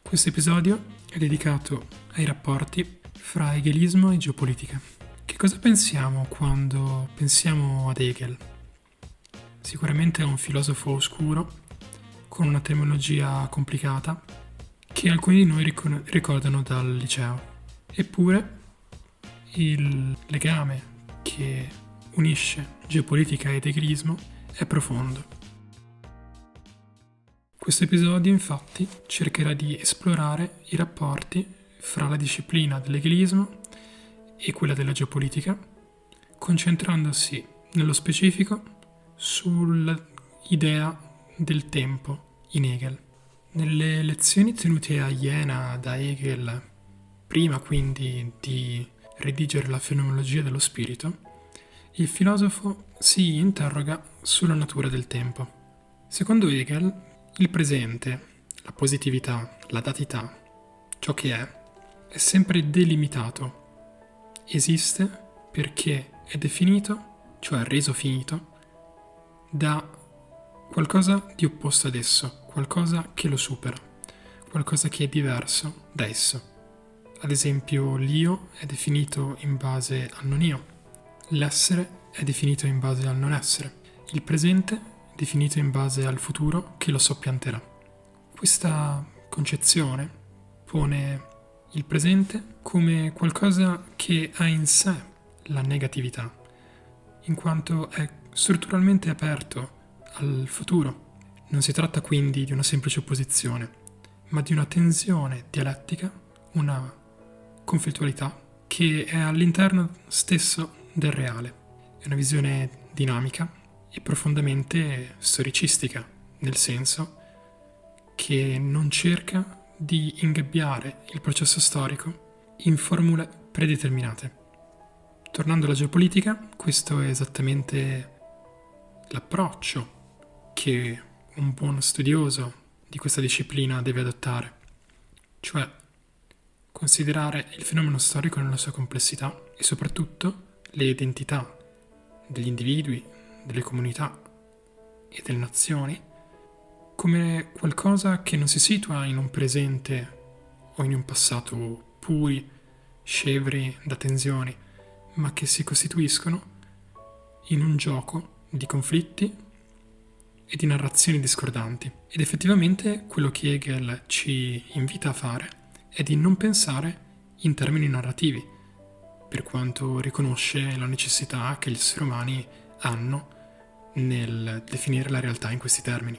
Questo episodio è dedicato ai rapporti fra hegelismo e geopolitica. Che cosa pensiamo quando pensiamo ad Hegel? Sicuramente è un filosofo oscuro, con una terminologia complicata, che alcuni di noi ricordano dal liceo. Eppure, il legame che unisce geopolitica ed hegelismo è profondo. Questo episodio, infatti, cercherà di esplorare i rapporti fra la disciplina dell'hegelismo e quella della geopolitica, concentrandosi nello specifico sull'idea del tempo in Hegel. Nelle lezioni tenute a Jena da Hegel, prima quindi di redigere la fenomenologia dello spirito, il filosofo si interroga sulla natura del tempo. Secondo Hegel, il presente, la positività, la datità, ciò che è sempre delimitato. Esiste perché è definito, cioè reso finito, da qualcosa di opposto ad esso, qualcosa che lo supera, qualcosa che è diverso da esso. Ad esempio, l'io è definito in base al non io, l'essere è definito in base al non essere, il presente definito in base al futuro che lo soppianterà. Questa concezione pone il presente come qualcosa che ha in sé la negatività, in quanto è strutturalmente aperto al futuro. Non si tratta quindi di una semplice opposizione, ma di una tensione dialettica, una conflittualità che è all'interno stesso del reale. È una visione dinamica e profondamente storicistica, nel senso che non cerca di ingabbiare il processo storico in formule predeterminate. Tornando alla geopolitica, questo è esattamente l'approccio che un buon studioso di questa disciplina deve adottare, cioè considerare il fenomeno storico nella sua complessità e soprattutto le identità degli individui, delle comunità e delle nazioni come qualcosa che non si situa in un presente o in un passato puri, scevri da tensioni, ma che si costituiscono in un gioco di conflitti e di narrazioni discordanti. Ed effettivamente quello che Hegel ci invita a fare è di non pensare in termini narrativi, per quanto riconosce la necessità che gli esseri umani hanno nel definire la realtà in questi termini.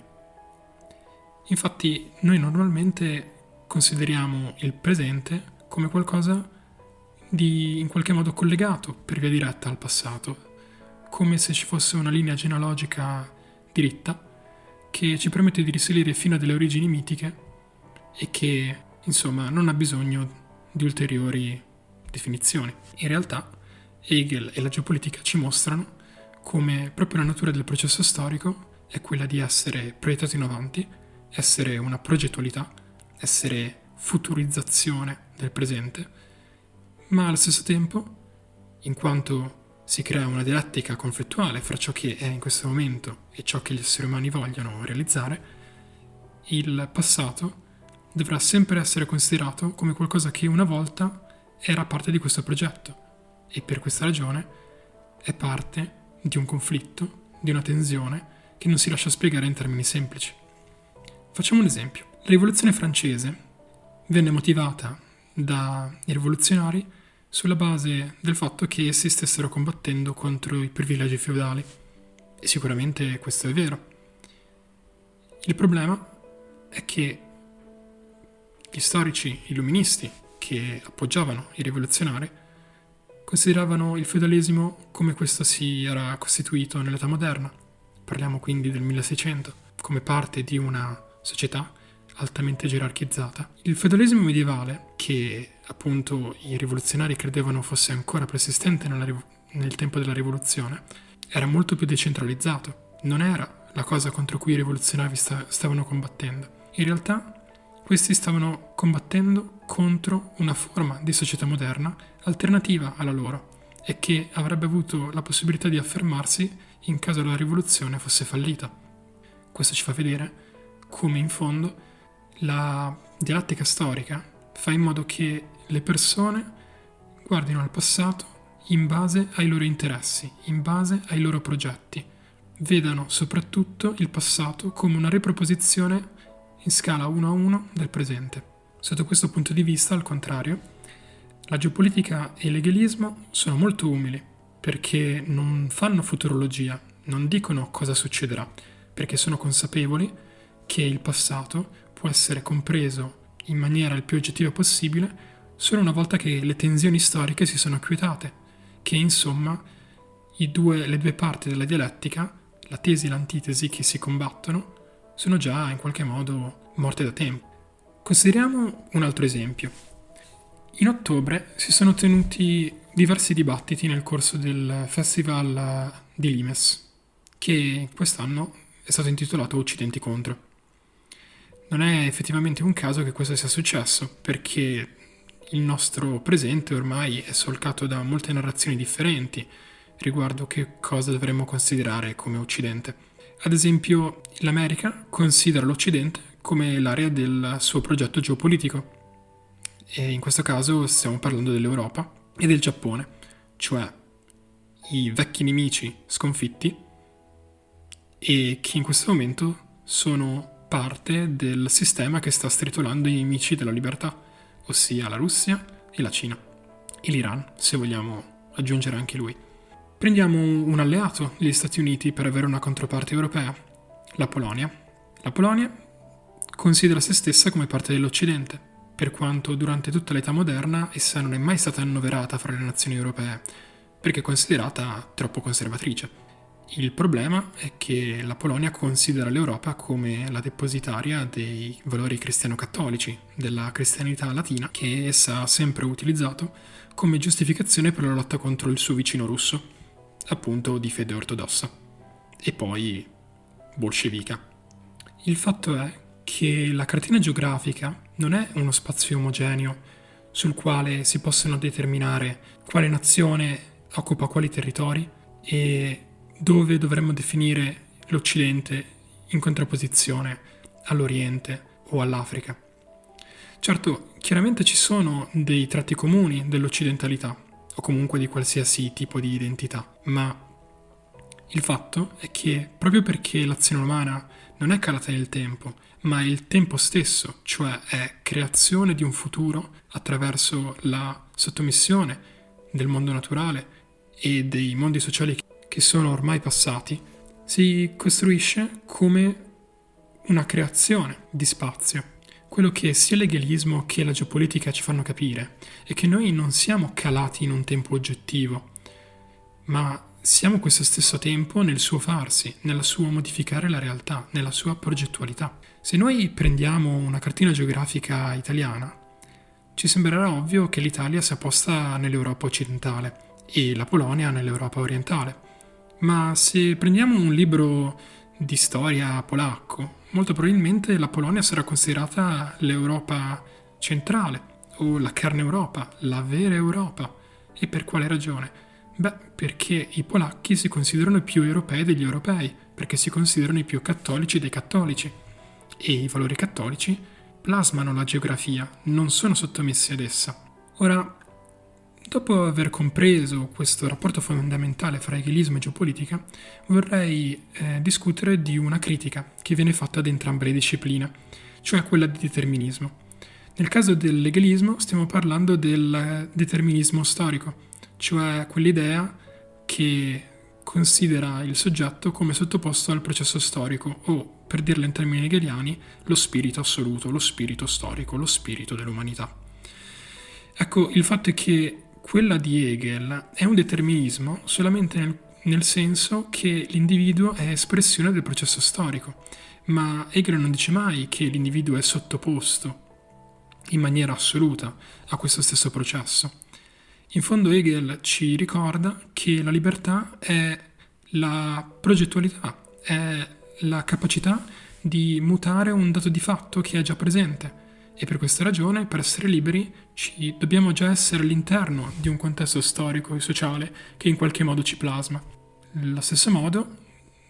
Infatti noi normalmente consideriamo il presente come qualcosa di in qualche modo collegato per via diretta al passato, come se ci fosse una linea genealogica diritta che ci permette di risalire fino a delle origini mitiche e che, insomma, non ha bisogno di ulteriori definizioni. In realtà Hegel e la geopolitica ci mostrano come proprio la natura del processo storico è quella di essere proiettato in avanti, essere una progettualità, essere futurizzazione del presente, ma allo stesso tempo, in quanto si crea una dialettica conflittuale fra ciò che è in questo momento e ciò che gli esseri umani vogliono realizzare, il passato dovrà sempre essere considerato come qualcosa che una volta era parte di questo progetto e per questa ragione è parte di un conflitto, di una tensione che non si lascia spiegare in termini semplici. Facciamo un esempio. La rivoluzione francese venne motivata dai rivoluzionari sulla base del fatto che essi stessero combattendo contro i privilegi feudali. E sicuramente questo è vero. Il problema è che gli storici illuministi che appoggiavano i rivoluzionari consideravano il feudalesimo come questo si era costituito nell'età moderna. Parliamo quindi del 1600, come parte di una società altamente gerarchizzata. Il feudalesimo medievale, che appunto i rivoluzionari credevano fosse ancora persistente nel tempo della rivoluzione, era molto più decentralizzato. Non era la cosa contro cui i rivoluzionari stavano combattendo. In realtà questi stavano combattendo contro una forma di società moderna alternativa alla loro e che avrebbe avuto la possibilità di affermarsi in caso la rivoluzione fosse fallita. Questo ci fa vedere come in fondo la dialettica storica fa in modo che le persone guardino al passato in base ai loro interessi, in base ai loro progetti, vedano soprattutto il passato come una riproposizione in scala 1 a 1 del presente. Sotto questo punto di vista, al contrario, la geopolitica e il legalismo sono molto umili, perché non fanno futurologia, non dicono cosa succederà, perché sono consapevoli che il passato può essere compreso in maniera il più oggettiva possibile solo una volta che le tensioni storiche si sono acquietate, che insomma le due parti della dialettica, la tesi e l'antitesi che si combattono, sono già in qualche modo morte da tempo. Consideriamo un altro esempio. In ottobre si sono tenuti diversi dibattiti nel corso del Festival di Limes, che quest'anno è stato intitolato Occidenti contro. Non è effettivamente un caso che questo sia successo, perché il nostro presente ormai è solcato da molte narrazioni differenti riguardo che cosa dovremmo considerare come Occidente. Ad esempio, l'America considera l'Occidente come l'area del suo progetto geopolitico, e in questo caso stiamo parlando dell'Europa e del Giappone, cioè i vecchi nemici sconfitti e che in questo momento sono parte del sistema che sta stritolando i nemici della libertà, ossia la Russia e la Cina, e l'Iran, se vogliamo aggiungere anche lui. Prendiamo un alleato, gli Stati Uniti, per avere una controparte europea, la Polonia. La Polonia considera se stessa come parte dell'Occidente, per quanto durante tutta l'età moderna essa non è mai stata annoverata fra le nazioni europee, perché è considerata troppo conservatrice. Il problema è che la Polonia considera l'Europa come la depositaria dei valori cristiano-cattolici, della cristianità latina, che essa ha sempre utilizzato come giustificazione per la lotta contro il suo vicino russo, appunto di fede ortodossa, e poi bolscevica. Il fatto è che la cartina geografica non è uno spazio omogeneo sul quale si possono determinare quale nazione occupa quali territori e dove dovremmo definire l'Occidente in contrapposizione all'Oriente o all'Africa. Certo, chiaramente ci sono dei tratti comuni dell'occidentalità, o comunque di qualsiasi tipo di identità, ma il fatto è che proprio perché l'azione umana non è calata nel tempo, ma è il tempo stesso, cioè è creazione di un futuro attraverso la sottomissione del mondo naturale e dei mondi sociali che sono ormai passati, si costruisce come una creazione di spazio. Quello che sia il legalismo che la geopolitica ci fanno capire è che noi non siamo calati in un tempo oggettivo, ma siamo questo stesso tempo nel suo farsi, nella sua modificare la realtà, nella sua progettualità. Se noi prendiamo una cartina geografica italiana, ci sembrerà ovvio che l'Italia sia posta nell'Europa occidentale e la Polonia nell'Europa orientale. Ma se prendiamo un libro di storia polacco, molto probabilmente la Polonia sarà considerata l'Europa centrale, o la carne Europa, la vera Europa. E per quale ragione? Beh, perché i polacchi si considerano i più europei degli europei, perché si considerano i più cattolici dei cattolici. E i valori cattolici plasmano la geografia, non sono sottomessi ad essa. Ora, dopo aver compreso questo rapporto fondamentale fra legalismo e geopolitica, vorrei discutere di una critica che viene fatta ad entrambe le discipline, cioè quella di determinismo. Nel caso del legalismo stiamo parlando del determinismo storico, cioè quell'idea che considera il soggetto come sottoposto al processo storico o, per dirla in termini hegeliani, lo spirito assoluto, lo spirito storico, lo spirito dell'umanità. Ecco, il fatto è che quella di Hegel è un determinismo solamente nel senso che l'individuo è espressione del processo storico, ma Hegel non dice mai che l'individuo è sottoposto in maniera assoluta a questo stesso processo. In fondo Hegel ci ricorda che la libertà è la progettualità, è la capacità di mutare un dato di fatto che è già presente. E per questa ragione, per essere liberi, dobbiamo già essere all'interno di un contesto storico e sociale che in qualche modo ci plasma. Allo stesso modo,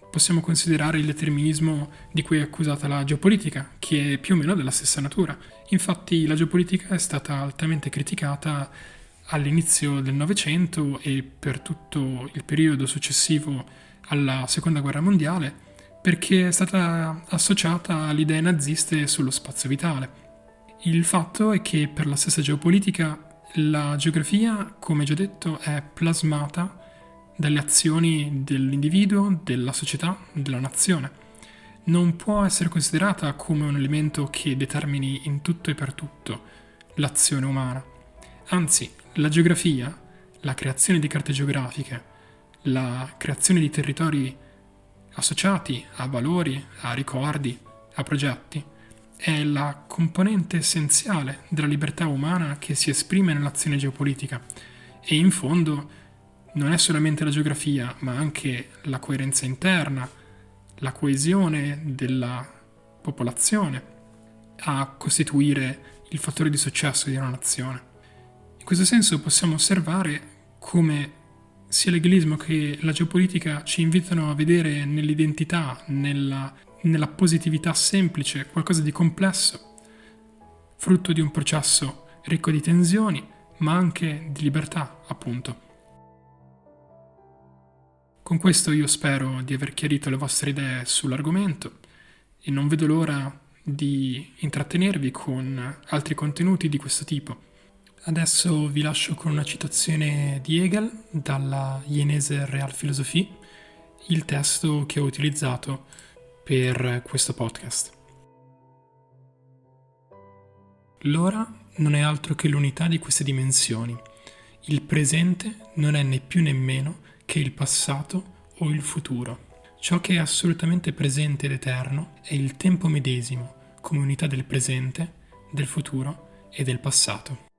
possiamo considerare il determinismo di cui è accusata la geopolitica, che è più o meno della stessa natura. Infatti la geopolitica è stata altamente criticata all'inizio del Novecento e per tutto il periodo successivo alla Seconda Guerra Mondiale, perché è stata associata alle idee naziste sullo spazio vitale. Il fatto è che per la stessa geopolitica la geografia, come già detto, è plasmata dalle azioni dell'individuo, della società, della nazione. Non può essere considerata come un elemento che determini in tutto e per tutto l'azione umana. Anzi, la geografia, la creazione di carte geografiche, la creazione di territori associati a valori, a ricordi, a progetti, è la componente essenziale della libertà umana che si esprime nell'azione geopolitica e in fondo non è solamente la geografia, ma anche la coerenza interna, la coesione della popolazione a costituire il fattore di successo di una nazione. In questo senso possiamo osservare come sia l'egoismo che la geopolitica ci invitano a vedere nell'identità, nella positività semplice, qualcosa di complesso, frutto di un processo ricco di tensioni, ma anche di libertà, appunto. Con questo io spero di aver chiarito le vostre idee sull'argomento e non vedo l'ora di intrattenervi con altri contenuti di questo tipo. Adesso vi lascio con una citazione di Hegel dalla Jenese Realphilosophie, il testo che ho utilizzato per questo podcast. L'ora non è altro che l'unità di queste dimensioni. Il presente non è né più né meno che il passato o il futuro. Ciò che è assolutamente presente ed eterno è il tempo medesimo, come unità del presente, del futuro e del passato.